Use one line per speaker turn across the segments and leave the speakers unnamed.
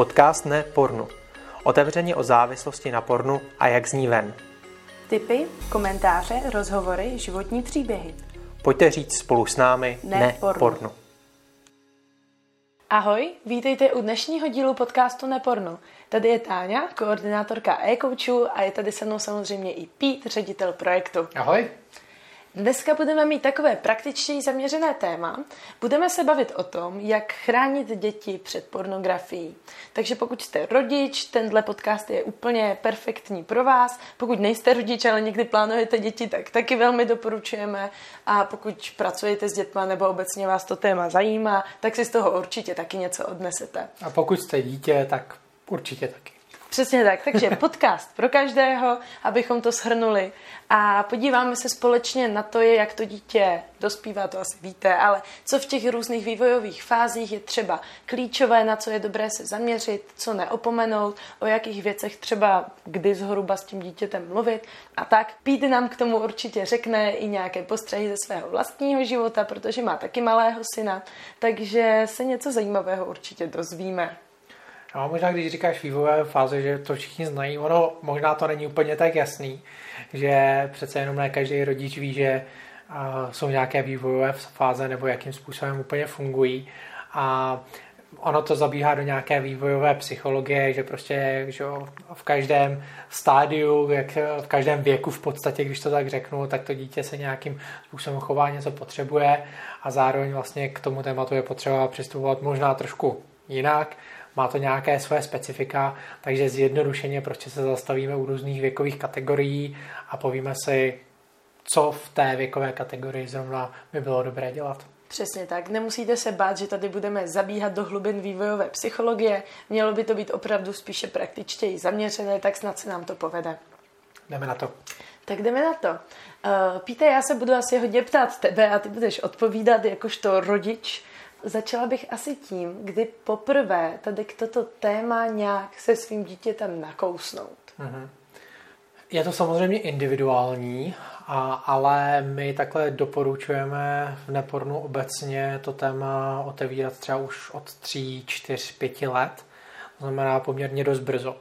Podcast Ne pornu. Otevřeně o závislosti na pornu a jak z ní ven.
Tipy, komentáře, rozhovory, životní příběhy.
Pojďte říct spolu s námi Ne pornu.
Ahoj, vítejte u dnešního dílu podcastu Nepornu. Tady je Táňa, koordinátorka e-coachů a je tady se mnou samozřejmě i Pete, ředitel projektu.
Ahoj.
Dneska budeme mít takové praktičtěji zaměřené téma. Budeme se bavit o tom, jak chránit děti před pornografií. Takže pokud jste rodič, tenhle podcast je úplně perfektní pro vás. Pokud nejste rodič, ale někdy plánujete děti, tak taky velmi doporučujeme. A pokud pracujete s dětma nebo obecně vás to téma zajímá, tak si z toho určitě taky něco odnesete.
A pokud jste dítě, tak určitě taky.
Přesně tak, takže podcast pro každého, abychom to shrnuli a podíváme se společně na to, jak to dítě dospívá, to asi víte, ale co v těch různých vývojových fázích je třeba klíčové, na co je dobré se zaměřit, co neopomenout, o jakých věcech třeba kdy zhruba s tím dítětem mluvit a tak. Pete nám k tomu určitě řekne i nějaké postřehy ze svého vlastního života, protože má taky malého syna, takže se něco zajímavého určitě dozvíme.
No, možná když říkáš vývojové fáze, že to všichni znají, ono možná to není úplně tak jasný, že přece jenom ne každý rodič ví, že jsou nějaké vývojové fáze nebo jakým způsobem úplně fungují a ono to zabíhá do nějaké vývojové psychologie, že prostě že v každém stádiu, jak v každém věku v podstatě, když to tak řeknu, tak to dítě se nějakým způsobem chová, něco potřebuje a zároveň vlastně k tomu tématu je potřeba přistupovat možná trošku jinak. Má to nějaké své specifika, takže zjednodušeně prostě se zastavíme u různých věkových kategorií a povíme si, co v té věkové kategorii zrovna by bylo dobré dělat.
Přesně tak. Nemusíte se bát, že tady budeme zabíhat do hlubin vývojové psychologie. Mělo by to být opravdu spíše praktičtěji zaměřené, tak snad se nám to povede.
Jdeme na to.
Tak jdeme na to. Píte, já se budu asi hodně ptát tebe a ty budeš odpovídat jakožto rodič. Začala bych asi tím, kdy poprvé tady k toto téma nějak se svým dítětem nakousnout.
Je to samozřejmě individuální, ale my takhle doporučujeme v Nepornu obecně to téma otevírat třeba už od 3, 4, 5 let. To znamená poměrně dost brzo.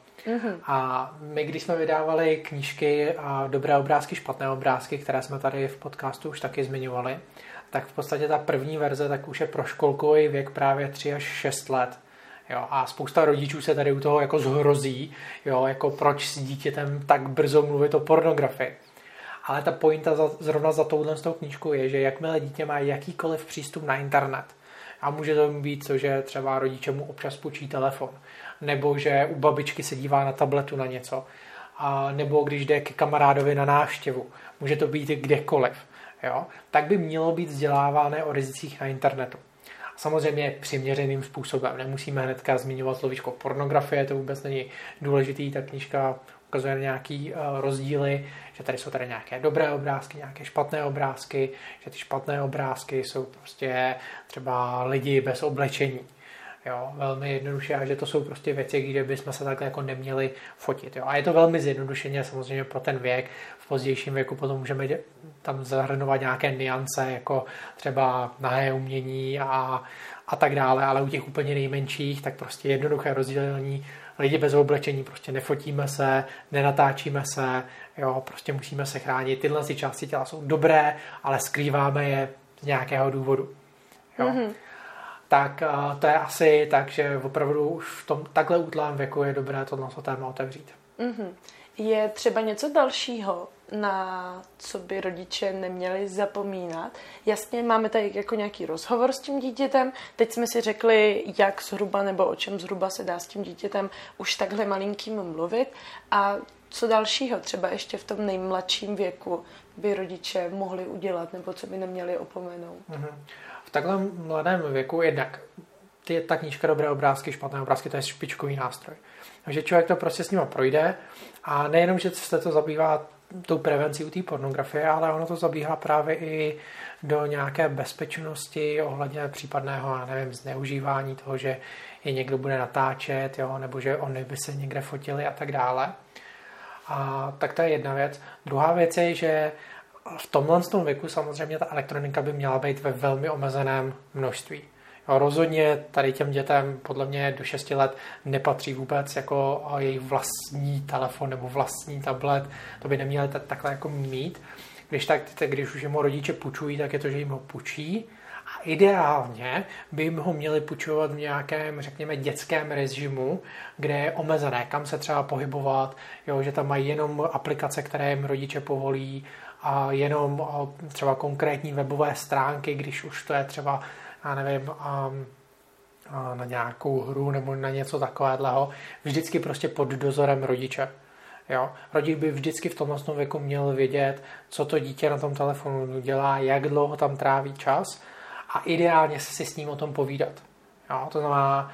A my, když jsme vydávali knížky a dobré obrázky, špatné obrázky, které jsme tady v podcastu už taky zmiňovali, tak v podstatě ta první verze tak už je pro školkový věk právě 3 až 6 let. Jo, a spousta rodičů se tady u toho jako zhrozí, jo, jako proč s dítětem tak brzo mluvit o pornografii. Ale ta pointa zrovna za touhle knížkou je, že jakmile dítě má jakýkoliv přístup na internet, a může to být to, že třeba rodiče mu občas půjčí telefon, nebo že u babičky se dívá na tabletu na něco, a nebo když jde ke kamarádovi na návštěvu, může to být kdekoliv. Jo, tak by mělo být vzdělávané o rizicích na internetu. A samozřejmě přiměřeným způsobem. Nemusíme hnedka zmiňovat slovíčko pornografie, to vůbec není důležitý. Ta knížka ukazuje nějaký rozdíly, že tady jsou tady nějaké dobré obrázky, nějaké špatné obrázky, že ty špatné obrázky jsou prostě třeba lidi bez oblečení. Jo, velmi jednoduše a že to jsou prostě věci, kde bychom se takhle jako neměli fotit. Jo. A je to velmi zjednodušeně samozřejmě pro ten věk. V pozdějším věku potom můžeme tam zahrnovat nějaké niance, jako třeba nahé umění a tak dále, ale u těch úplně nejmenších tak prostě jednoduché rozdělení. Lidi bez oblečení, prostě nefotíme se, nenatáčíme se, jo, prostě musíme se chránit. Tyhle si části těla jsou dobré, ale skrýváme je z nějakého důvodu. Jo. Tak to je asi tak, že opravdu už v tom takhle útlém věku je dobré tohle téma otevřít.
Je třeba něco dalšího, na co by rodiče neměli zapomínat? Jasně, máme tady jako nějaký rozhovor s tím dítětem. Teď jsme si řekli, jak zhruba nebo o čem zhruba se dá s tím dítětem už takhle malinkým mluvit. A co dalšího třeba ještě v tom nejmladším věku by rodiče mohli udělat nebo co by neměli opomenout?
V takhle mladém věku jednak ta knížka Dobré obrázky, špatné obrázky, to je špičkový nástroj. Takže člověk to prostě s nima projde a nejenom, že se to zabývá tou prevencí u té pornografie, ale ono to zabíhá právě i do nějaké bezpečnosti ohledně případného, já nevím, zneužívání toho, že je někdo bude natáčet, jo, nebo že oni by se někde fotili a tak dále. A tak to je jedna věc. Druhá věc je, že v tomhle věku samozřejmě ta elektronika by měla být ve velmi omezeném množství. Rozhodně tady těm dětem podle mě do 6 let nepatří vůbec jako jejich vlastní telefon nebo vlastní tablet. To by neměli takhle jako mít. Když už jim ho rodiče půjčují, tak je to, že jim ho půjčí. A ideálně by jim ho měli půjčovat v nějakém, řekněme, dětském režimu, kde je omezené, kam se třeba pohybovat, jo, že tam mají jenom aplikace, které jim rodiče povolí, a jenom třeba konkrétní webové stránky, když už to je třeba, já nevím, na nějakou hru nebo na něco takového, vždycky prostě pod dozorem rodiče. Jo? Rodič by vždycky v tomhle věku měl vědět, co to dítě na tom telefonu dělá, jak dlouho tam tráví čas a ideálně se si s ním o tom povídat. Jo? To znamená,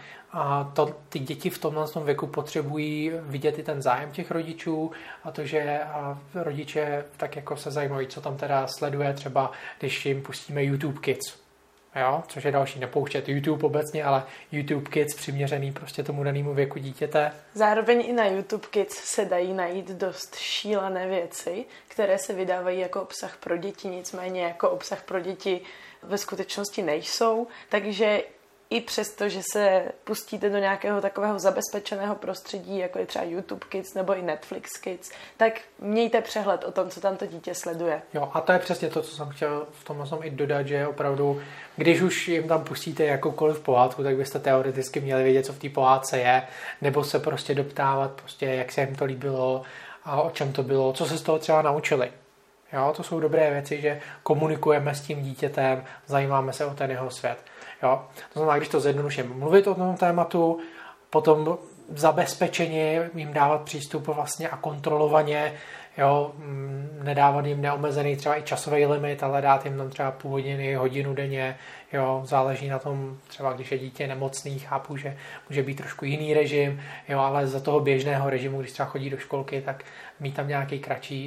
ty děti v tomhle věku potřebují vidět i ten zájem těch rodičů a to, že rodiče tak jako se zajímají, co tam teda sleduje, třeba když jim pustíme YouTube Kids. Jo? Což je další, nepouštět YouTube obecně, ale YouTube Kids přiměřený prostě tomu danému věku dítěte.
Zároveň i na YouTube Kids se dají najít dost šílené věci, které se vydávají jako obsah pro děti, nicméně jako obsah pro děti ve skutečnosti nejsou, takže i přesto, že se pustíte do nějakého takového zabezpečeného prostředí, jako je třeba YouTube Kids nebo i Netflix Kids, tak mějte přehled o tom, co tam to dítě sleduje.
Jo, a to je přesně to, co jsem chtěl v tomhle i dodat, že opravdu, když už jim tam pustíte jakoukoliv pohádku, tak byste teoreticky měli vědět, co v té pohádce je, nebo se prostě doptávat, prostě, jak se jim to líbilo a o čem to bylo, co se z toho třeba naučili. Jo, to jsou dobré věci, že komunikujeme s tím dítětem, zajímáme se o ten jeho svět. Jo? To znamená, když to zjednoduším, mluvit o tom tématu, potom zabezpečeně jim dávat přístup vlastně a kontrolovaně, jo? Nedávat jim neomezený třeba i časový limit, ale dát jim tam třeba půl hodiny, hodinu denně, jo? Záleží na tom, třeba když je dítě nemocný, chápu, že může být trošku jiný režim, jo? Ale za toho běžného režimu, když třeba chodí do školky, tak mít tam nějaký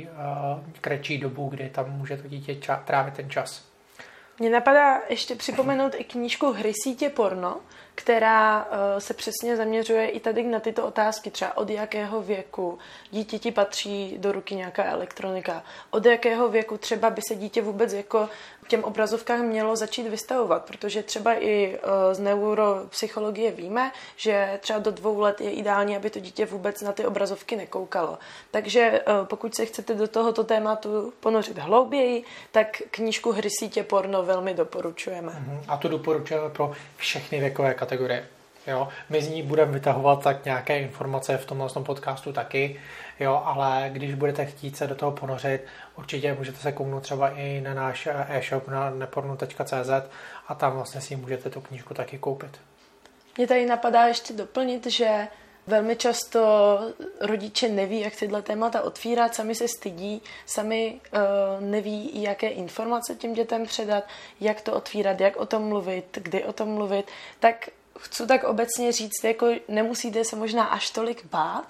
kratší dobu, kdy tam může to dítě trávit ten čas.
Mně napadá ještě připomenout i knížku Hry sítě porno, která se přesně zaměřuje i tady na tyto otázky, třeba od jakého věku dítěti patří do ruky nějaká elektronika, od jakého věku třeba by se dítě vůbec jako těm obrazovkách mělo začít vystavovat, protože třeba i z neuropsychologie víme, že třeba do 2 let je ideální, aby to dítě vůbec na ty obrazovky nekoukalo. Takže pokud se chcete do tohoto tématu ponořit hlouběji, tak knížku Hry sítě porno velmi doporučujeme.
A to doporučujeme pro všechny věkové kategorie. Jo? My z ní budeme vytahovat tak nějaké informace v tomhle podcastu taky, jo? Ale když budete chtít se do toho ponořit, určitě můžete se kouknout třeba i na náš e-shop na neporno.cz a tam vlastně si můžete tu knížku taky koupit.
Mě tady napadá ještě doplnit, že velmi často rodiče neví, jak tyhle témata otvírat, sami se stydí, sami neví, jaké informace těm dětem předat, jak to otvírat, jak o tom mluvit, kdy o tom mluvit. Tak chci tak obecně říct, jako nemusíte se možná až tolik bát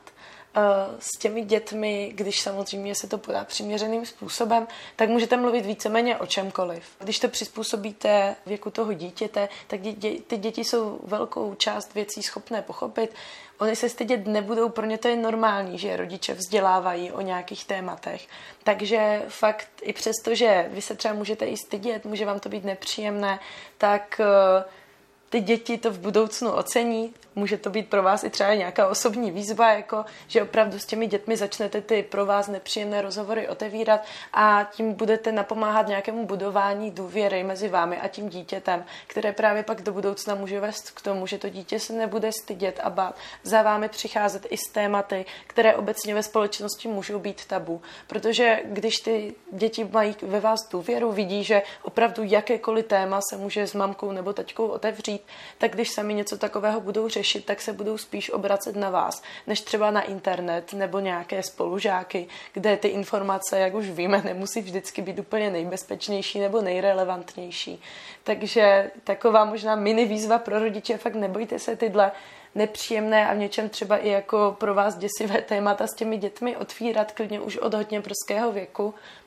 s těmi dětmi, když samozřejmě se to podá přiměřeným způsobem, tak můžete mluvit víceméně o čemkoliv. Když to přizpůsobíte věku toho dítěte, tak ty děti jsou velkou část věcí schopné pochopit. Oni se stydět nebudou, pro ně to je normální, že rodiče vzdělávají o nějakých tématech. Takže fakt i přesto, že vy se třeba můžete i stydět, může vám to být nepříjemné, tak ty děti to v budoucnu ocení. Může to být pro vás i třeba nějaká osobní výzva, jako že opravdu s těmi dětmi začnete ty pro vás nepříjemné rozhovory otevírat a tím budete napomáhat nějakému budování důvěry mezi vámi a tím dítětem, které právě pak do budoucna může vést k tomu, že to dítě se nebude stydět a bát za vámi přicházet i s tématy, které obecně ve společnosti můžou být tabu. Protože když ty děti mají ve vás důvěru, vidí, že opravdu jakékoliv téma se může s mamkou nebo taťkou otevřít, tak když sami něco takového budou řešit, tak se budou spíš obracet na vás, než třeba na internet nebo nějaké spolužáky, kde ty informace, jak už víme, nemusí vždycky být úplně nejbezpečnější nebo nejrelevantnější. Takže taková možná mini výzva pro rodiče, fakt nebojte se tyhle nepříjemné a v něčem třeba i jako pro vás děsivé témata s těmi dětmi otvírat klidně už od hodně brzkého věku,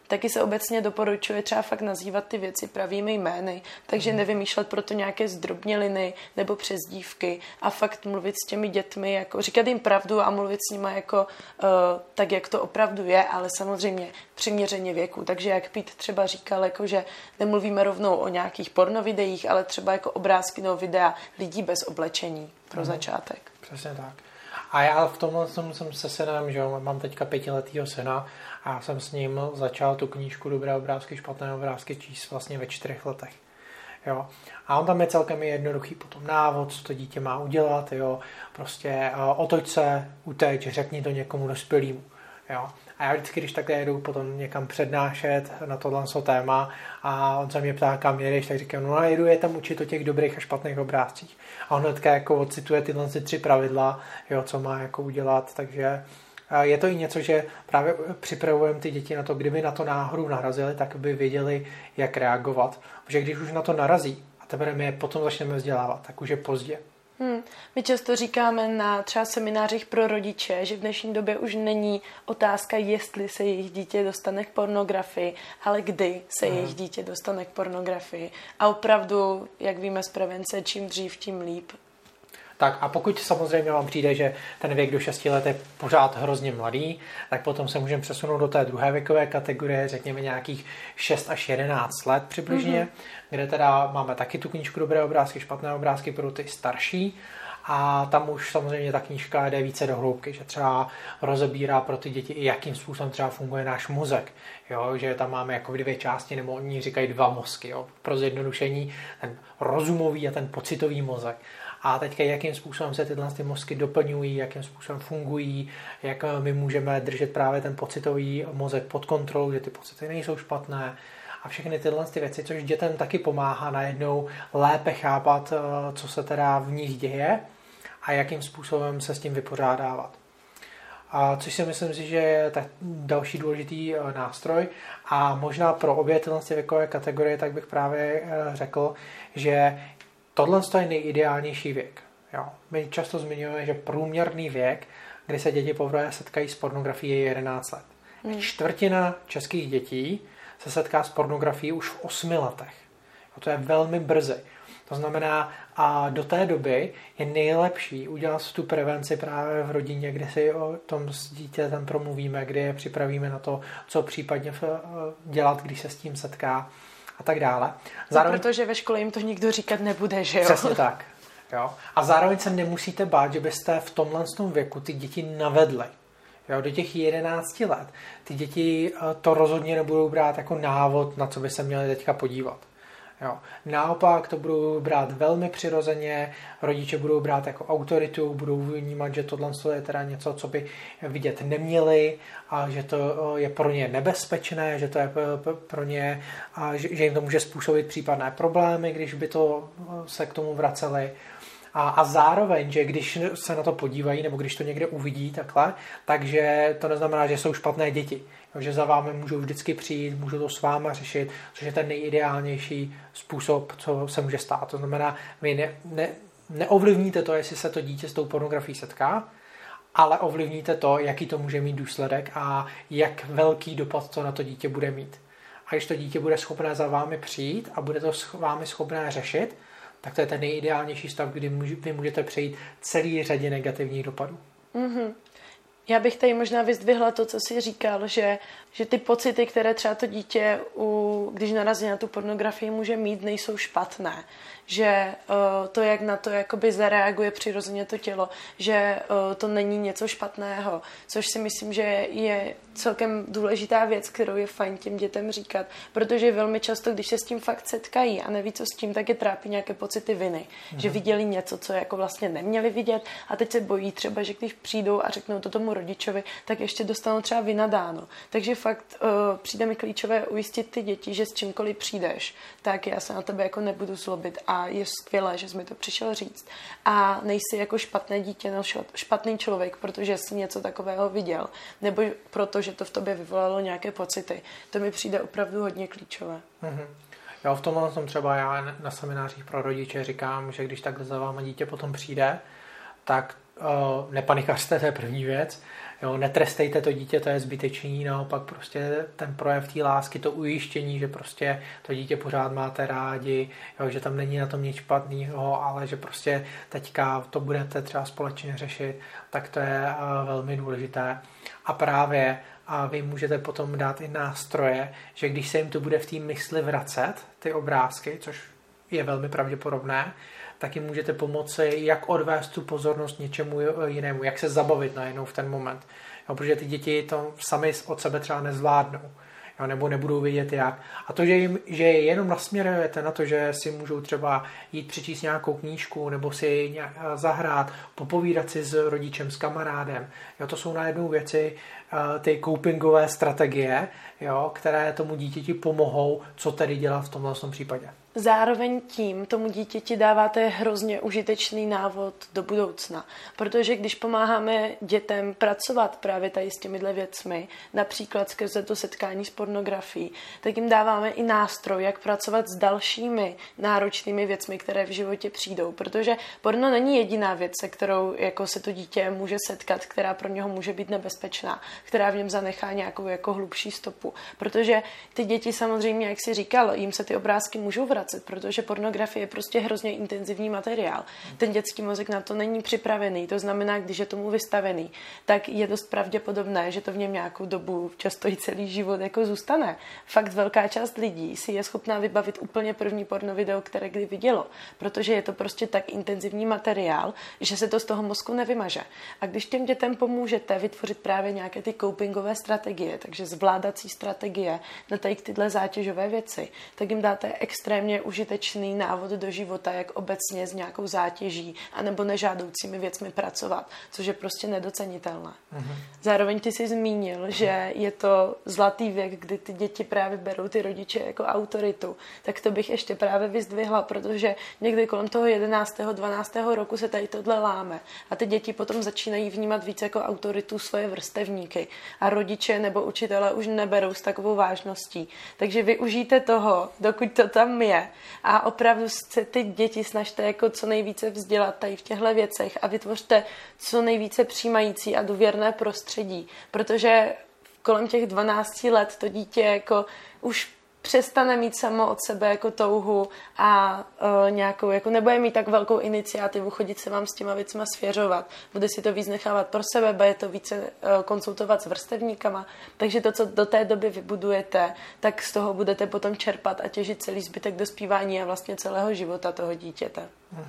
taky se obecně doporučuje třeba fakt nazývat ty věci pravými jmény, takže nevymýšlet proto nějaké zdrobněliny nebo přezdívky a fakt mluvit s těmi dětmi, jako říkat jim pravdu a mluvit s nimi jako tak, jak to opravdu je, ale samozřejmě přiměřeně věku. Takže jak Pít třeba říkal, jako, že nemluvíme rovnou o nějakých pornovideích, ale třeba jako obrázky nebo videa lidí bez oblečení pro začátek.
Přesně tak. A já v tomhle jsem se synem, že jo, mám teďka 5letýho syna a já jsem s ním začal tu knížku Dobré obrázky, špatné obrázky číst vlastně ve 4 letech. Jo. A on tam je celkem jednoduchý potom návod, co to dítě má udělat, jo. Prostě otoč se, uteč, řekni to někomu dospělému. Jo. A já vždycky, když takhle jedu potom někam přednášet na tohle téma a on se mě ptá, kam jedeš, tak říkám, no jedu je tam učit o těch dobrých a špatných obrázcích. A on hnedka jako ocituje tyhle 3 pravidla, jo, co má jako udělat, takže je to i něco, že právě připravujeme ty děti na to, kdyby na to náhodou narazili, tak by věděli, jak reagovat. Protože když už na to narazí a teprve my je potom začneme vzdělávat, tak už je pozdě.
My často říkáme na třeba seminářích pro rodiče, že v dnešní době už není otázka, jestli se jejich dítě dostane k pornografii, ale kdy se jejich dítě dostane k pornografii. A opravdu, jak víme z prevence, čím dřív, tím líp.
Tak a pokud samozřejmě vám přijde, že ten věk do 6 let je pořád hrozně mladý, tak potom se můžeme přesunout do té druhé věkové kategorie, řekněme nějakých 6 až 11 let přibližně, kde teda máme taky tu knížku Dobré obrázky, špatné obrázky pro ty starší. A tam už samozřejmě ta knížka jde více do hloubky, že třeba rozebírá pro ty děti i jakým způsobem třeba funguje náš mozek. Jo, že tam máme jako 2 části, nebo oni říkají 2 mozky. Jo. Pro zjednodušení ten rozumový a ten pocitový mozek. A teďka jakým způsobem se tyhle mozky doplňují, jakým způsobem fungují, jak my můžeme držet právě ten pocitový mozek pod kontrolou, že ty pocity nejsou špatné a všechny tyhle věci, což dětem taky pomáhá najednou lépe chápat, co se teda v nich děje a jakým způsobem se s tím vypořádávat. A což si myslím, že je tak další důležitý nástroj a možná pro obě tyhle věkové kategorie tak bych právě řekl, že tohle je nejideálnější věk. Jo. My často zmiňujeme, že průměrný věk, kdy se děti poprvé setkají s pornografií, je 11 let. Čtvrtina českých dětí se setká s pornografií už v 8 letech. Jo, to je velmi brzy. To znamená, a do té doby je nejlepší udělat tu prevenci právě v rodině, kde si o tom s dítětem promluvíme, kde je připravíme na to, co případně dělat, když se s tím setká a tak dále.
Zároveň, protože ve škole jim to nikdo říkat nebude, že jo?
Přesně tak. Jo. A zároveň se nemusíte bát, že byste v tomhle věku ty děti navedli. Jo, do těch 11 let. Ty děti to rozhodně nebudou brát jako návod, na co by se měli teďka podívat. Jo. Naopak to budou brát velmi přirozeně, rodiče budou brát jako autoritu, budou vnímat, že tohle je teda něco, co by vidět neměli a že to je pro ně nebezpečné, že to je pro ně, a že jim to může způsobit případné problémy, když by to se k tomu vraceli. A zároveň, že když se na to podívají, nebo když to někde uvidí takhle, takže to neznamená, že jsou špatné děti. Že za vámi můžou vždycky přijít, můžou to s váma řešit, což je ten nejideálnější způsob, co se může stát. To znamená, vy neovlivníte to, jestli se to dítě s tou pornografií setká, ale ovlivníte to, jaký to může mít důsledek a jak velký dopad to na to dítě bude mít. A když to dítě bude schopné za vámi přijít a bude to s vámi schopné řešit, tak to je ten nejideálnější stav, kdy vy můžete přejít celý řadě negativních dopadů.
Já bych tady možná vyzdvihla to, co jsi říkal, že ty pocity, které třeba to dítě, když narazí na tu pornografii, může mít, nejsou špatné. Že to, jak na to jakoby zareaguje přirozeně to tělo, že to není něco špatného, což si myslím, že je celkem důležitá věc, kterou je fajn těm dětem říkat, protože velmi často, když se s tím fakt setkají a neví, co s tím, tak je trápí nějaké pocity viny, že viděli něco, co jako vlastně neměli vidět a teď se bojí třeba, že když přijdou a řeknou to tomu rodičovi, tak ještě dostanou třeba vynadáno. Takže fakt přijde mi klíčové ujistit ty děti, že s čímkoliv přijdeš, tak já se na tebe jako nebudu zlobit a je skvělé, že jsi mi to přišel říct. A nejsi jako špatné dítě nebo špatný člověk, protože jsi něco takového viděl, nebo protože to v tobě vyvolalo nějaké pocity. To mi přijde opravdu hodně klíčové.
Jo, v tomhle tom třeba já na seminářích pro rodiče říkám, že když takhle za váma dítě potom přijde, tak nepanikařte, to je první věc. Jo, netrestejte to dítě, to je zbytečný, naopak prostě ten projev té lásky, to ujištění, že prostě to dítě pořád máte rádi, jo, že tam není na tom nic špatného, ale že prostě teďka to budete třeba společně řešit, tak to je velmi důležité. A právě vy můžete potom dát i nástroje, že když se jim to bude v té mysli vracet, ty obrázky, což je velmi pravděpodobné, tak jim můžete pomoci, jak odvést tu pozornost něčemu jinému, jak se zabavit najednou v ten moment. Jo, protože ty děti to sami od sebe třeba nezvládnou, jo, nebo nebudou vědět jak. A to, že je jenom nasměrujete na to, že si můžou třeba jít přečíst nějakou knížku, nebo si nějak zahrát, popovídat si s rodičem, s kamarádem. Jo, to jsou najednou věci, ty copingové strategie, jo, které tomu dítěti pomohou, co tedy dělat v tomhle případě.
Zároveň tím tomu dítěti dáváte hrozně užitečný návod do budoucna, protože když pomáháme dětem pracovat právě tady s těmihle věcmi, například skrze to setkání s pornografií, tak jim dáváme i nástroj, jak pracovat s dalšími náročnými věcmi, které v životě přijdou, protože porno není jediná věc, se kterou jako se to dítě může setkat, která pro něho může být nebezpečná, která v něm zanechá nějakou jako hlubší stopu, protože ty děti samozřejmě, jak si říkal, jim se ty obrázky můžou vracet, protože pornografie je prostě hrozně intenzivní materiál. Ten dětský mozek na to není připravený, to znamená, když je tomu vystavený, tak je dost pravděpodobné, že to v něm nějakou dobu, často i celý život jako zůstane. Fakt velká část lidí si je schopná vybavit úplně první porno video, které kdy vidělo, protože je to prostě tak intenzivní materiál, že se to z toho mozku nevymaže. A když těm dětem pomůžete vytvořit právě nějaké ty copingové strategie, takže zvládací strategie na tady tyhle zátěžové věci, tak jim dáte extrémně užitečný návod do života, jak obecně s nějakou zátěží anebo nežádoucími věcmi pracovat, což je prostě nedocenitelné. Zároveň ty jsi zmínil, že je to zlatý věk, kdy ty děti právě berou ty rodiče jako autoritu, tak to bych ještě právě vyzdvihla, protože někdy kolem toho 11. 12. roku se tady tohle láme a ty děti potom začínají vnímat víc jako autoritu svoje vrstevníky a rodiče nebo učitelé už neberou s takovou vážností. Takže využijte toho, dokud to tam je, a opravdu se ty děti snažte jako co nejvíce vzdělat tady v těchto věcech a vytvořte co nejvíce přijímající a důvěrné prostředí, protože kolem těch 12 let to dítě jako už přestane mít samo od sebe jako touhu a nějakou, jako nebude mít tak velkou iniciativu chodit se vám s těma věcma svěřovat. Bude si to víc nechávat pro sebe, bude to více konsultovat s vrstevníkama, takže to, co do té doby vybudujete, tak z toho budete potom čerpat a těžit celý zbytek dospívání a vlastně celého života toho dítěte.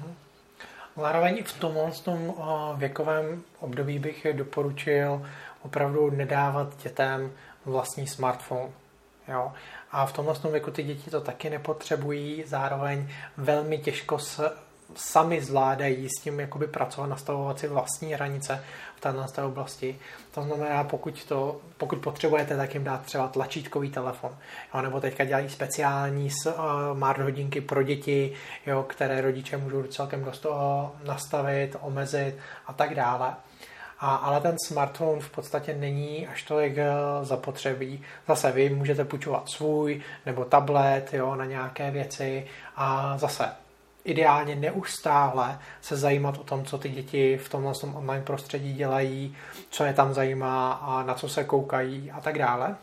Zároveň v tomhle věkovém období bych doporučil opravdu nedávat dětem vlastní smartphone. Jo? A v tomhle věku ty děti to taky nepotřebují, zároveň velmi těžko sami zvládají s tím jakoby pracovat, nastavovat si vlastní hranice v této oblasti. To znamená, pokud potřebujete, tak jim dát třeba tlačítkový telefon. Jo, nebo teďka dělají speciální smart hodinky pro děti, jo, které rodiče můžou celkem dost nastavit, omezit a tak dále. Ale ten smartphone v podstatě není až tolik zapotřebí. Zase vy můžete půjčovat svůj nebo tablet, jo, na nějaké věci a zase ideálně neustále se zajímat o tom, co ty děti v tomhle online prostředí dělají, co je tam zajímá a na co se koukají a tak dále.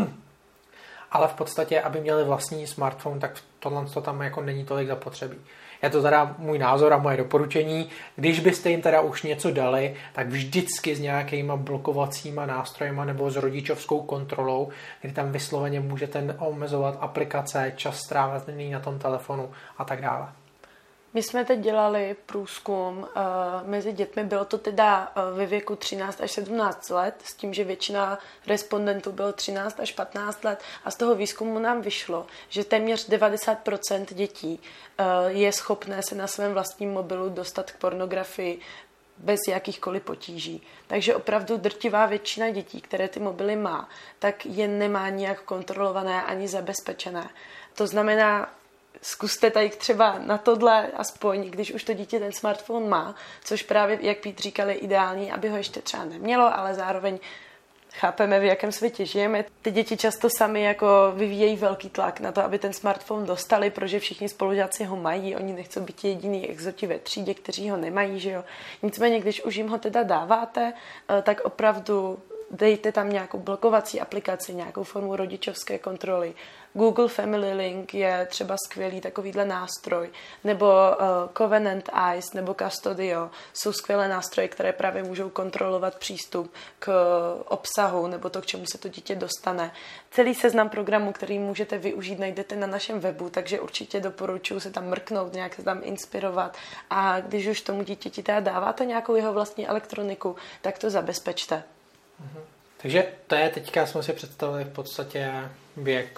Ale v podstatě, aby měli vlastní smartphone, tak tohle tam jako není tolik zapotřebí. Je to teda můj názor a moje doporučení. Když byste jim teda už něco dali, tak vždycky s nějakýma blokovacíma nástrojema nebo s rodičovskou kontrolou, kdy tam vysloveně můžete omezovat aplikace, čas strávený na tom telefonu a tak dále.
My jsme teď dělali průzkum mezi dětmi, bylo to teda ve věku 13 až 17 let, s tím, že většina respondentů bylo 13 až 15 let a z toho výzkumu nám vyšlo, že téměř 90% dětí je schopné se na svém vlastním mobilu dostat k pornografii bez jakýchkoliv potíží. Takže opravdu drtivá většina dětí, které ty mobily má, tak je nemá nijak kontrolované ani zabezpečené. To znamená, zkuste tady třeba na tohle, aspoň když už to dítě ten smartphone má, což právě, jak Pít říkal, je ideální, aby ho ještě třeba nemělo, ale zároveň chápeme, v jakém světě žijeme. Ty děti často sami jako vyvíjejí velký tlak na to, aby ten smartphone dostali, protože všichni spolužáci ho mají, oni nechcou být jediný exoti ve třídě, kteří ho nemají, že jo. Nicméně, když už jim ho teda dáváte, tak opravdu dejte tam nějakou blokovací aplikaci, nějakou formu rodičovské kontroly. Google Family Link je třeba skvělý takovýhle nástroj, nebo Covenant Eyes, nebo Custodio jsou skvělé nástroje, které právě můžou kontrolovat přístup k obsahu, nebo to, k čemu se to dítě dostane. Celý seznam programů, který můžete využít, najdete na našem webu, takže určitě doporučuji se tam mrknout, nějak se tam inspirovat a když už tomu dítěti teda dáváte nějakou jeho vlastní elektroniku, tak to zabezpečte.
Takže to je teďka, jsme si představili v podstatě věk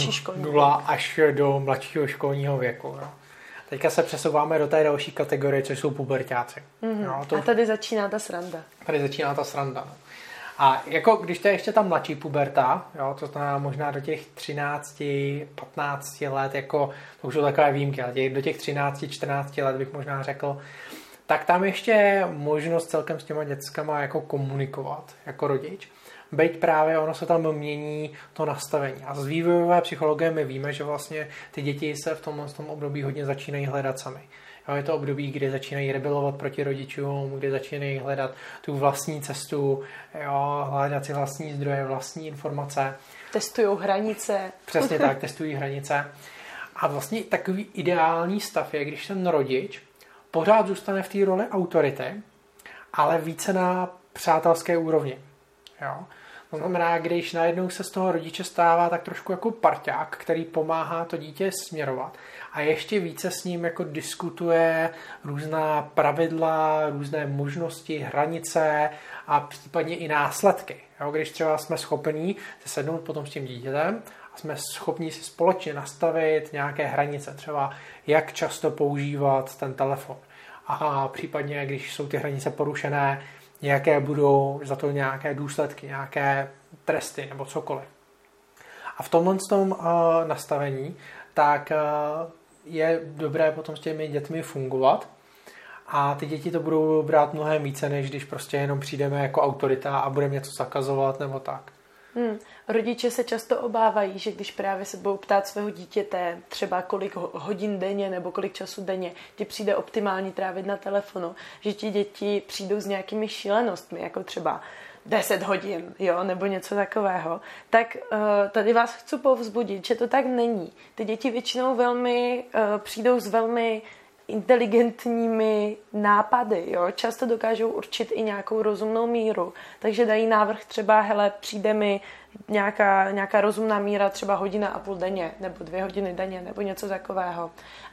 0
až do mladšího školního věku. No. Teďka se přesouváme do té další kategorie, což jsou puberťáci.
No, a tady začíná ta sranda.
No. A jako když to je ještě ta mladší puberta, jo, to znamená možná do těch 13, 15 let, jako to už jsou takové výjimky, ale do těch 13, 14 let bych možná řekl, tak tam ještě je možnost celkem s těma dětskama jako komunikovat jako rodič. Byť právě ono se tam mění to nastavení. A z vývojové psychologie my víme, že vlastně ty děti se v tom období hodně začínají hledat sami. Jo, je to období, kdy začínají rebelovat proti rodičům, kdy začínají hledat tu vlastní cestu, jo, hledat si vlastní zdroje, vlastní informace.
Testujou hranice.
Přesně tak, testují hranice. A vlastně takový ideální stav je, když ten rodič pořád zůstane v té roli autority, ale více na přátelské úrovni. Jo? To znamená, když najednou se z toho rodiče stává tak trošku jako parťák, který pomáhá to dítě směrovat a ještě více s ním jako diskutuje různá pravidla, různé možnosti, hranice a případně i následky. Jo? Když třeba jsme schopní se sednout potom s tím dítětem a jsme schopni si společně nastavit nějaké hranice, třeba jak často používat ten telefon. A případně, když jsou ty hranice porušené, jaké budou za to nějaké důsledky, nějaké tresty nebo cokoliv. A v tomhle nastavení tak je dobré potom s těmi dětmi fungovat a ty děti to budou brát mnohem více, než když prostě jenom přijdeme jako autorita a budeme něco zakazovat nebo tak.
Rodiče se často obávají, že když právě se budou ptát svého dítěte třeba kolik hodin denně nebo kolik času denně ti přijde optimální trávit na telefonu, že ti děti přijdou s nějakými šílenostmi, jako třeba 10 hodin, jo, nebo něco takového, tak tady vás chci povzbudit, že to tak není. Ty děti většinou přijdou s velmi inteligentními nápady, jo? Často dokážou určit i nějakou rozumnou míru, takže dají návrh třeba, hele, přijde mi nějaká rozumná míra, třeba 1,5 hodiny denně, nebo 2 hodiny denně, nebo něco takového.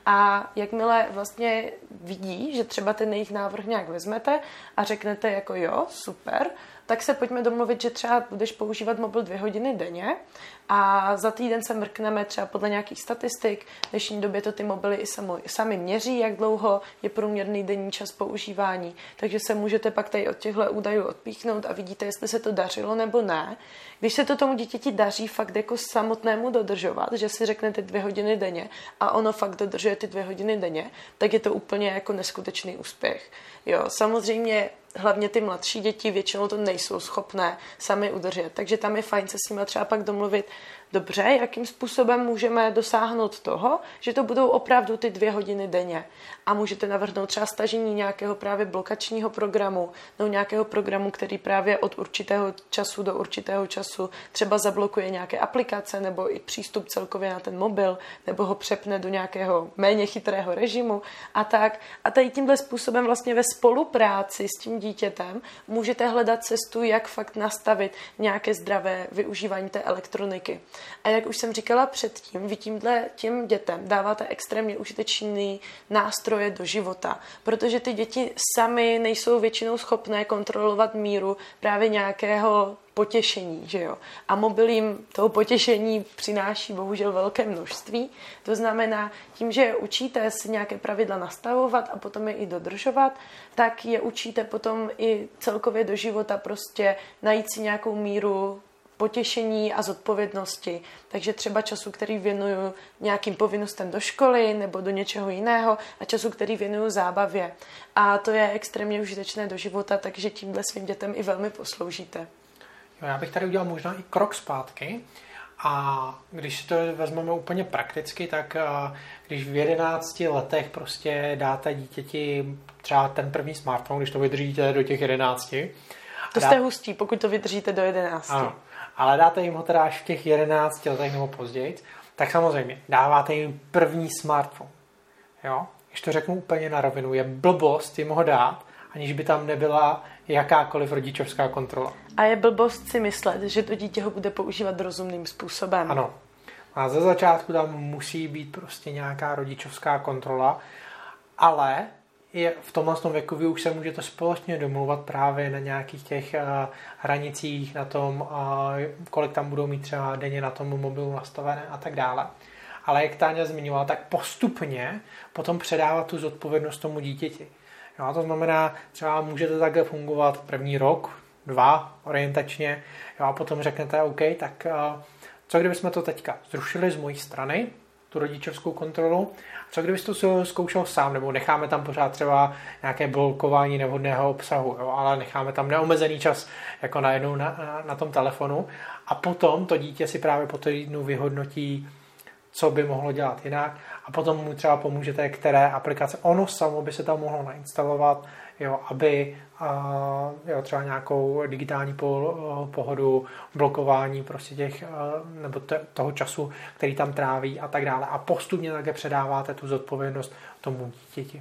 A jakmile vlastně vidí, že třeba ten jejich návrh nějak vezmete a řeknete jako jo, super, tak se pojďme domluvit, že třeba budeš používat mobil 2 hodiny denně a za týden se mrkneme třeba podle nějakých statistik. V dnešní době to ty mobily i sami měří, jak dlouho je průměrný denní čas používání. Takže se můžete pak tady od těchto údajů odpíchnout a vidíte, jestli se to dařilo nebo ne. Když se to tomu dítěti daří fakt jako samotnému dodržovat, že si řeknete 2 hodiny denně a ono fakt dodržuje ty 2 hodiny denně, tak je to úplně jako neskutečný úspěch. Jo, samozřejmě hlavně ty mladší děti většinou to nejsou schopné sami udržet, takže tam je fajn se s nimi třeba pak domluvit, dobře, jakým způsobem můžeme dosáhnout toho, že to budou opravdu ty 2 hodiny denně. A můžete navrhnout třeba stažení nějakého právě blokačního programu, nebo nějakého programu, který právě od určitého času do určitého času třeba zablokuje nějaké aplikace, nebo i přístup celkově na ten mobil, nebo ho přepne do nějakého méně chytrého režimu a tak. A tady tímhle způsobem vlastně ve spolupráci s tím dítětem můžete hledat cestu, jak fakt nastavit nějaké zdravé využívání té elektroniky. A jak už jsem říkala předtím, vy těm dětem dáváte extrémně užitečný nástroje do života, protože ty děti sami nejsou většinou schopné kontrolovat míru právě nějakého potěšení, že jo. A mobil jim toho potěšení přináší bohužel velké množství. To znamená, tím, že je učíte si nějaké pravidla nastavovat a potom je i dodržovat, tak je učíte potom i celkově do života prostě najít si nějakou míru potěšení a zodpovědnosti. Takže třeba času, který věnuju nějakým povinnostem do školy nebo do něčeho jiného a času, který věnuju zábavě. A to je extrémně užitečné do života, takže tímhle svým dětem i velmi posloužíte.
Jo, já bych tady udělal možná i krok zpátky. A když si to vezmeme úplně prakticky, tak když v 11 letech prostě dáte dítěti třeba ten první smartphone, když to vydržíte do těch 11.
To jste hustí, pokud to vydržíte do 11.
Ano, ale dáte jim ho teda až v těch 11 letech nebo později, tak samozřejmě dáváte jim první smartphone. Jo? Když to řeknu úplně na rovinu, je blbost jim ho dát, aniž by tam nebyla jakákoliv rodičovská kontrola.
A je blbost si myslet, že to dítě ho bude používat rozumným způsobem.
Ano. A ze začátku tam musí být prostě nějaká rodičovská kontrola, ale v tomhle věku vy už se můžete společně domluvat právě na nějakých těch hranicích, na tom, kolik tam budou mít třeba denně na tom mobilu nastavené a tak dále. Ale jak Táňa zmiňovala, tak postupně potom předávat tu zodpovědnost tomu dítěti. Jo, to znamená, třeba můžete takhle fungovat první rok, 2 orientačně, jo, a potom řeknete, OK, tak co kdybychom to teďka zrušili z mojí strany, tu rodičovskou kontrolu, a co kdybyste to zkoušel sám, nebo necháme tam pořád třeba nějaké blokování nevhodného obsahu, jo, ale necháme tam neomezený čas jako najednou na tom telefonu a potom to dítě si právě po týdnu vyhodnotí, co by mohlo dělat jinak a potom mu třeba pomůžete, které aplikace ono samo by se tam mohlo nainstalovat, jo, aby třeba nějakou digitální pohodu, blokování prostě těch, nebo toho času, který tam tráví a tak dále. A postupně také předáváte tu zodpovědnost tomu dítěti.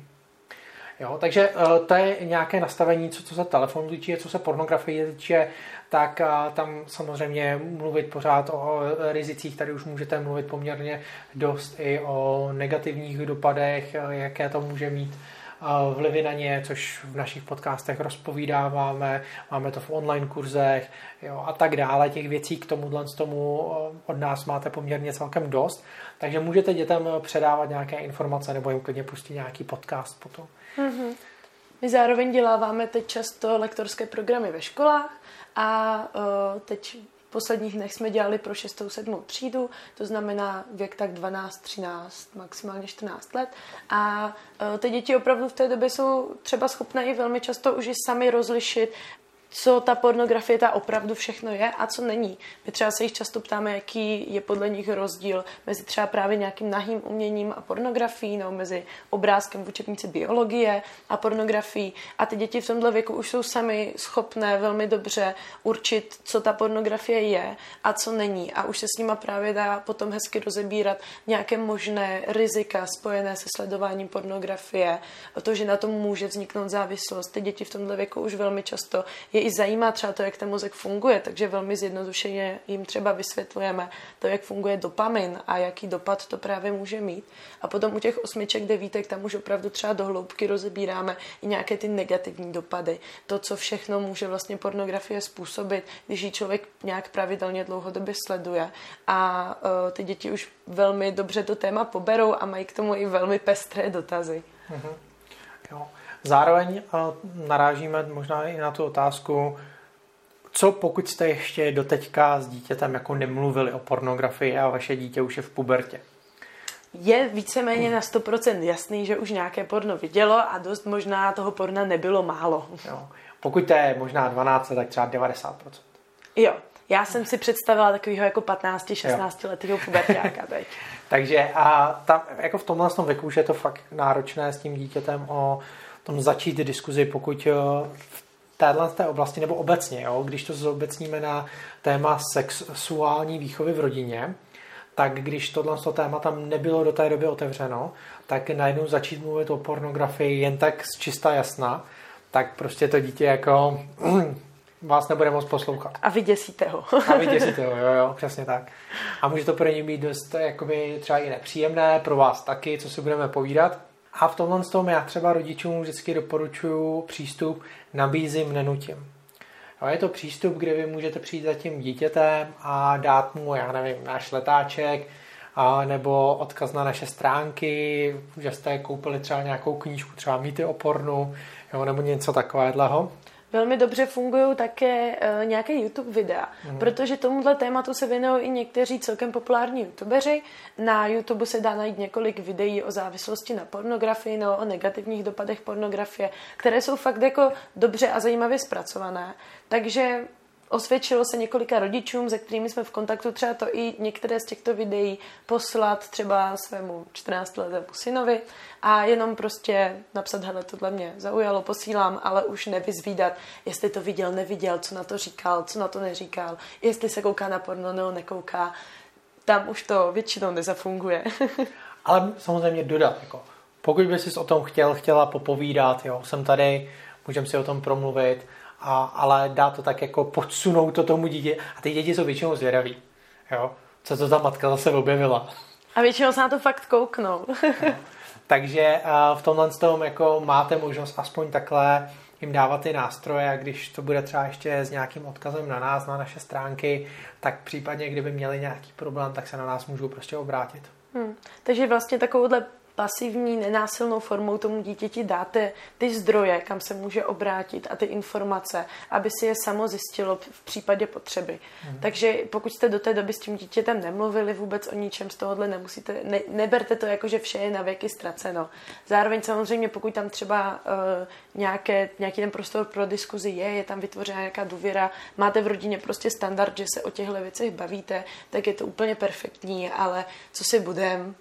Jo, takže to je nějaké nastavení, co se telefonu týče, co se pornografie týče, tak tam samozřejmě mluvit pořád o rizicích, tady už můžete mluvit poměrně dost i o negativních dopadech, jaké to může mít vlivy na ně, což v našich podcastech rozpovídáváme, máme to v online kurzech, jo, a tak dále. Těch věcí k tomu od nás máte poměrně celkem dost, takže můžete dětem předávat nějaké informace nebo jim klidně pustit nějaký podcast potom.
Mm-hmm. My zároveň děláváme teď často lektorské programy ve školách a teď v posledních dnech jsme dělali pro 6. 7. třídu, to znamená věk tak 12, 13, maximálně 14 let a ty děti opravdu v té době jsou třeba schopné i velmi často už i sami rozlišit, co ta pornografie ta opravdu všechno je a co není. My třeba se jich často ptáme, jaký je podle nich rozdíl mezi třeba právě nějakým nahým uměním a pornografií, nebo mezi obrázkem v učebnici biologie a pornografií. A ty děti v tomhle věku už jsou sami schopné velmi dobře určit, co ta pornografie je a co není. A už se s nima právě dá potom hezky rozebírat nějaké možné rizika spojené se sledováním pornografie, to, že na tom může vzniknout závislost. Ty děti v tomhle věku už velmi často je i zajímá třeba to, jak ten mozek funguje, takže velmi zjednodušeně jim třeba vysvětlujeme to, jak funguje dopamin a jaký dopad to právě může mít. A potom u těch 8, 9 tam už opravdu třeba do hloubky rozebíráme i nějaké ty negativní dopady. To, co všechno může vlastně pornografie způsobit, když ji člověk nějak pravidelně dlouhodobě sleduje. A ty děti už velmi dobře to téma poberou a mají k tomu i velmi pestré dotazy.
Mhm. Jo. Zároveň narážíme možná i na tu otázku, co pokud jste ještě doteďka s dítětem jako nemluvili o pornografii a vaše dítě už je v pubertě.
Je víceméně na 100% jasný, že už nějaké porno vidělo a dost možná toho porna nebylo málo.
Jo. Pokud to je možná 12, tak třeba 90%.
Jo, já jsem si představila takového jako 15-16 letého puberťáka teď.
Takže a tam, jako v tomhle věku už je to fakt náročné s tím dítětem o tom začít diskuzi, pokud v této oblasti nebo obecně, jo, když to zobecníme na téma sexuální výchovy v rodině, tak když tohle téma tam nebylo do té doby otevřeno, tak najednou začít mluvit o pornografii jen tak z čista jasna, tak prostě to dítě jako vás nebude moc poslouchat.
A vyděsíte ho.
Jo, přesně tak. A může to pro ně být dost jakoby třeba i nepříjemné, pro vás taky, co si budeme povídat. A v tomhle tom já třeba rodičům vždycky doporučuji přístup nabízím, nenutím. Jo, je to přístup, kde vy můžete přijít za tím dítětem a dát mu, já nevím, náš letáček, nebo odkaz na naše stránky, že jste koupili třeba nějakou knížku, třeba Mýty o pornu, jo, nebo něco takového.
Velmi dobře fungují také nějaké YouTube videa, protože tomuhle tématu se věnují i někteří celkem populární youtubeři. Na YouTube se dá najít několik videí o závislosti na pornografii nebo o negativních dopadech pornografie, které jsou fakt jako dobře a zajímavě zpracované. Takže osvědčilo se několika rodičům, se kterými jsme v kontaktu, třeba to i některé z těchto videí poslat třeba svému 14letému synovi a jenom prostě napsat, hele, tohle mě zaujalo, posílám, ale už nevyzvídat, jestli to viděl, neviděl, co na to říkal, co na to neříkal, jestli se kouká na porno nebo nekouká. Tam už to většinou nezafunguje.
Ale samozřejmě dodat, jako, pokud by si o tom chtěla popovídat, jo, jsem tady, můžeme si o tom promluvit, ale dá to tak jako podsunout to tomu dítě. A ty děti jsou většinou zvědaví, jo, co to ta matka zase objevila.
A většinou se na to fakt kouknou.
Takže v tomhle tom jako máte možnost aspoň takhle jim dávat ty nástroje a když to bude třeba ještě s nějakým odkazem na nás, na naše stránky, tak případně, kdyby měli nějaký problém, tak se na nás můžou prostě obrátit.
Takže vlastně takovouhle pasivní, nenásilnou formou tomu dítěti dáte ty zdroje, kam se může obrátit a ty informace, aby si je samo zjistilo v případě potřeby. Takže pokud jste do té doby s tím dítětem nemluvili vůbec o ničem z tohohle, nemusíte, neberte to jako, že vše je na věky ztraceno. Zároveň samozřejmě, pokud tam třeba nějaký ten prostor pro diskuzi je tam vytvořena nějaká důvěra, máte v rodině prostě standard, že se o těchto věcech bavíte, tak je to úplně perfektní, ale co si budem,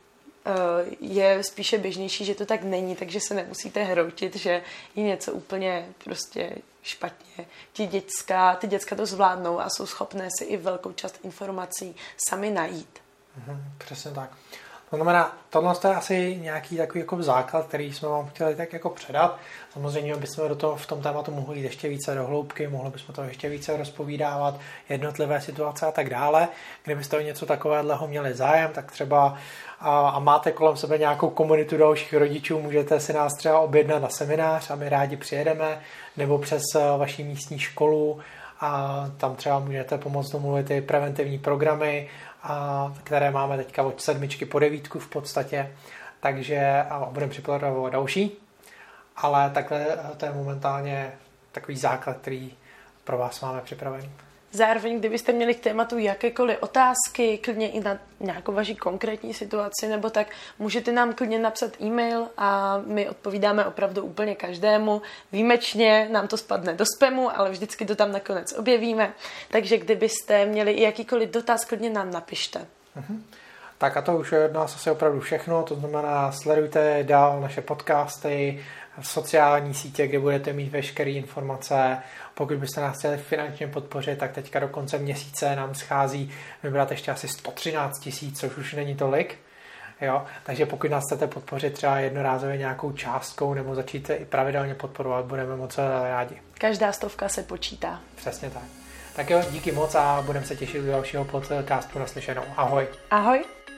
je spíše běžnější, že to tak není, takže se nemusíte hroutit, že je něco úplně prostě špatně. Ty děcka to zvládnou a jsou schopné si i velkou část informací sami najít.
Přesně tak. To znamená, tohle je asi nějaký takový jako základ, který jsme vám chtěli tak jako předat. Samozřejmě bychom v tom tématu mohli jít ještě více do hloubky, mohli bychom to ještě více rozpovídávat, jednotlivé situace a tak dále. Kdybyste o něco takového měli zájem, tak třeba a máte kolem sebe nějakou komunitu dalších rodičů, můžete si nás třeba objednat na seminář a my rádi přijedeme, nebo přes vaši místní školu a tam třeba můžete pomoct domluvit ty preventivní programy, které máme teďka od 7 po 9 v podstatě, takže budeme připravovat další, ale takhle to je momentálně takový základ, který pro vás máme připravený.
Zároveň, kdybyste měli k tématu jakékoliv otázky, klidně i na nějakou vaši konkrétní situaci, nebo tak můžete nám klidně napsat e-mail a my odpovídáme opravdu úplně každému. Výjimečně nám to spadne do spamu, ale vždycky to tam nakonec objevíme. Takže kdybyste měli i jakýkoliv dotaz, klidně nám napište.
Tak a to už je od nás asi opravdu všechno, to znamená sledujte dál naše podcasty, sociální sítě, kde budete mít veškeré informace. Pokud byste nás chtěli finančně podpořit, tak teďka do konce měsíce nám schází vybrat ještě asi 113 000, což už není tolik. Jo? Takže pokud nás chcete podpořit třeba jednorázově nějakou částkou nebo začít i pravidelně podporovat, budeme moc rádi.
Každá stovka se počítá.
Přesně tak. Tak jo, díky moc a budeme se těšit do dalšího podcastu naslyšenou. Ahoj.
Ahoj.